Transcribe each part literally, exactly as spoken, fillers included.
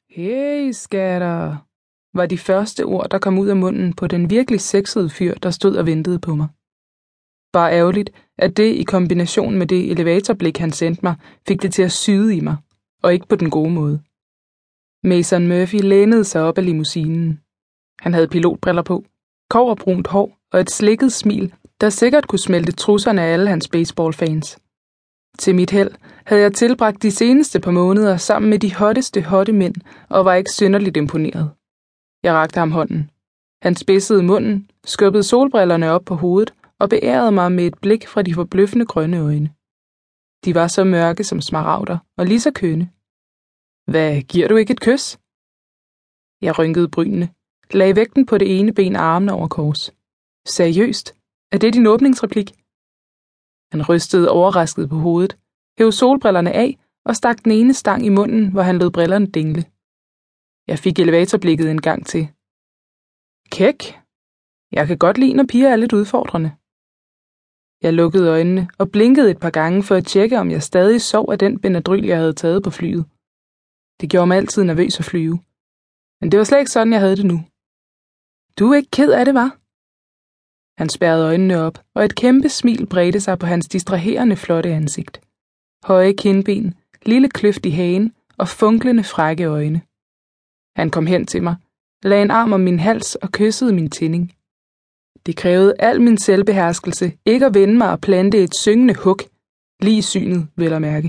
Hey, skatter, var de første ord, der kom ud af munden på den virkelig sexede fyr, der stod og ventede på mig. Bare ærgerligt, at det i kombination med det elevatorblik, han sendte mig, fik det til at syde i mig, og ikke på den gode måde. Mason Murphy lænede sig op af limousinen. Han havde pilotbriller på, kobberbrunt hår og et slikket smil, der sikkert kunne smelte trusserne af alle hans baseballfans. Til mit held havde jeg tilbragt de seneste par måneder sammen med de hotteste hotte mænd og var ikke synderligt imponeret. Jeg rakte ham hånden. Han spidsede munden, skubbede solbrillerne op på hovedet og beærede mig med et blik fra de forbløffende grønne øjne. De var så mørke som smaragder og lige så kønne. Hvad, giver du ikke et kys? Jeg rynkede brynene, lagde vægten på det ene ben armene over kors. Seriøst? Er det din åbningsreplik? Han rystede overrasket på hovedet, hævde solbrillerne af og stak den ene stang i munden, hvor han lod brillerne dingle. Jeg fik elevatorblikket en gang til. Kæk. Jeg kan godt lide, når piger er lidt udfordrende. Jeg lukkede øjnene og blinkede et par gange for at tjekke, om jeg stadig sov af den Benadryl, jeg havde taget på flyet. Det gjorde mig altid nervøs at flyve. Men det var slet ikke sådan, jeg havde det nu. Du er ikke ked af det, hva'? Han spærrede øjnene op, og et kæmpe smil bredte sig på hans distraherende flotte ansigt. Høje kindben, lille kløft i hagen og funklende frække øjne. Han kom hen til mig, lagde en arm om min hals og kyssede min tinding. Det krævede al min selvbeherskelse ikke at vende mig og plante et syngende hug, lige i synet, vel at mærke.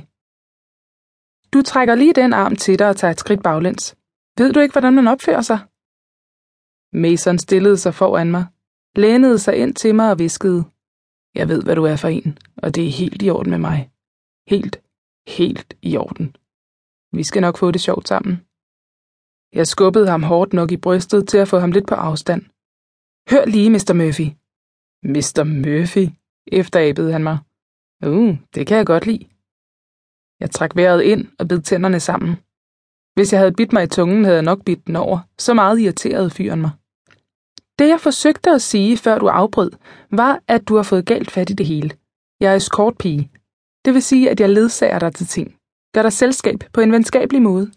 Du trækker lige den arm til dig og tager et skridt baglæns. Ved du ikke, hvordan man opfører sig? Mason stillede sig foran mig, lænede sig ind til mig og viskede. Jeg ved, hvad du er for en, og det er helt i orden med mig. Helt, helt i orden. Vi skal nok få det sjovt sammen. Jeg skubbede ham hårdt nok i brystet til at få ham lidt på afstand. Hør lige, mister Murphy. mister Murphy, efterabede han mig. Uh, det kan jeg godt lide. Jeg trak vejret ind og bed tænderne sammen. Hvis jeg havde bidt mig i tungen, havde jeg nok bidt den over. Så meget irriterede fyren mig. Det jeg forsøgte at sige, før du afbrød, var, at du har fået galt fat i det hele. Jeg er escortpige. Det vil sige, at jeg ledsager dig til ting. Gør dig selskab på en venskabelig måde.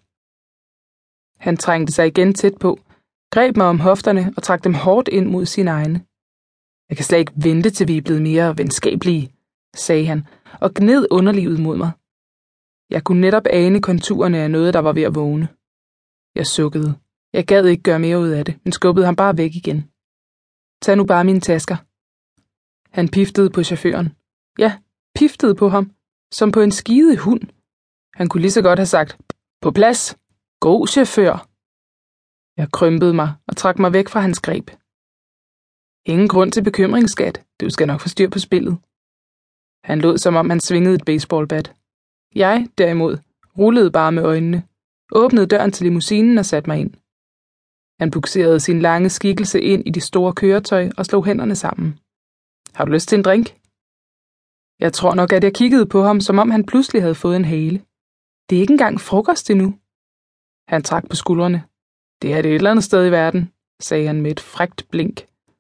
Han trængte sig igen tæt på, greb mig om hofterne og trak dem hårdt ind mod sine egne. Jeg kan slet ikke vente, til vi er blevet mere venskabelige, sagde han, og gned underlivet mod mig. Jeg kunne netop ane konturerne af noget, der var ved at vågne. Jeg sukkede. Jeg gad ikke gøre mere ud af det, men skubbede ham bare væk igen. Tag nu bare mine tasker. Han piftede på chaufføren. Ja, piftede på ham, som på en skide hund. Han kunne lige så godt have sagt, på plads, god chauffør. Jeg krympede mig og trak mig væk fra hans greb. Ingen grund til bekymring, skat. Du skal nok få styr på spillet. Han lod, som om han svingede et baseballbat. Jeg, derimod, rullede bare med øjnene, åbnede døren til limousinen og satte mig ind. Han bukserede sin lange skikkelse ind i det store køretøj og slog hænderne sammen. Har du lyst til en drink? Jeg tror nok, at jeg kiggede på ham, som om han pludselig havde fået en hale. Det er ikke engang frokost endnu. Han trak på skuldrene. Det er det et eller andet sted i verden, sagde han med et frækt blink.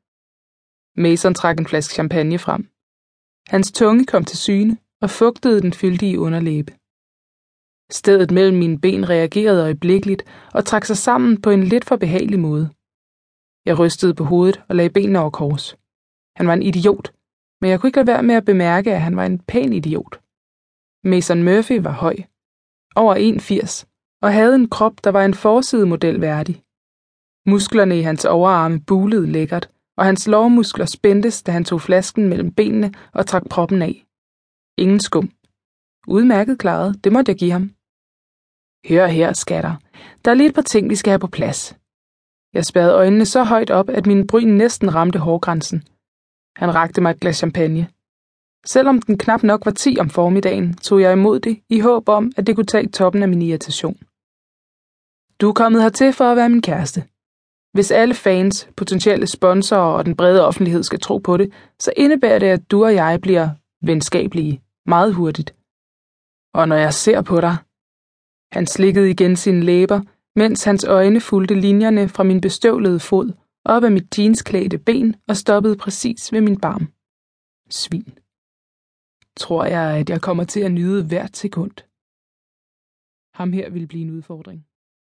Mason trak en flaske champagne frem. Hans tunge kom til syne og fugtede den fyldige underlæbe. Stedet mellem mine ben reagerede øjeblikkeligt og trak sig sammen på en lidt for behagelig måde. Jeg rystede på hovedet og lagde benene over kors. Han var en idiot, men jeg kunne ikke lade være med at bemærke, at han var en pæn idiot. Mason Murphy var høj, over en komma firs, og havde en krop, der var en forsidemodel værdig. Musklerne i hans overarme bulede lækkert, og hans lårmuskler spændtes, da han tog flasken mellem benene og trak proppen af. Ingen skum. Udmærket klaret, det måtte jeg give ham. Hør her, skatter. Der er lige et par ting, vi skal have på plads. Jeg spærrede øjnene så højt op, at mine bryn næsten ramte hårgrænsen. Han rakte mig et glas champagne. Selvom den knap nok var ti om formiddagen, tog jeg imod det i håb om, at det kunne tage toppen af min irritation. Du er kommet hertil for at være min kæreste. Hvis alle fans, potentielle sponsorer og den brede offentlighed skal tro på det, så indebærer det, at du og jeg bliver venskabelige meget hurtigt. Og når jeg ser på dig... Han slikkede igen sine læber, mens hans øjne fulgte linjerne fra min bestøvlede fod op ad mit jeansklædte ben og stoppede præcis ved min barm. Svin. Tror jeg, at jeg kommer til at nyde hvert sekund. Ham her ville blive en udfordring.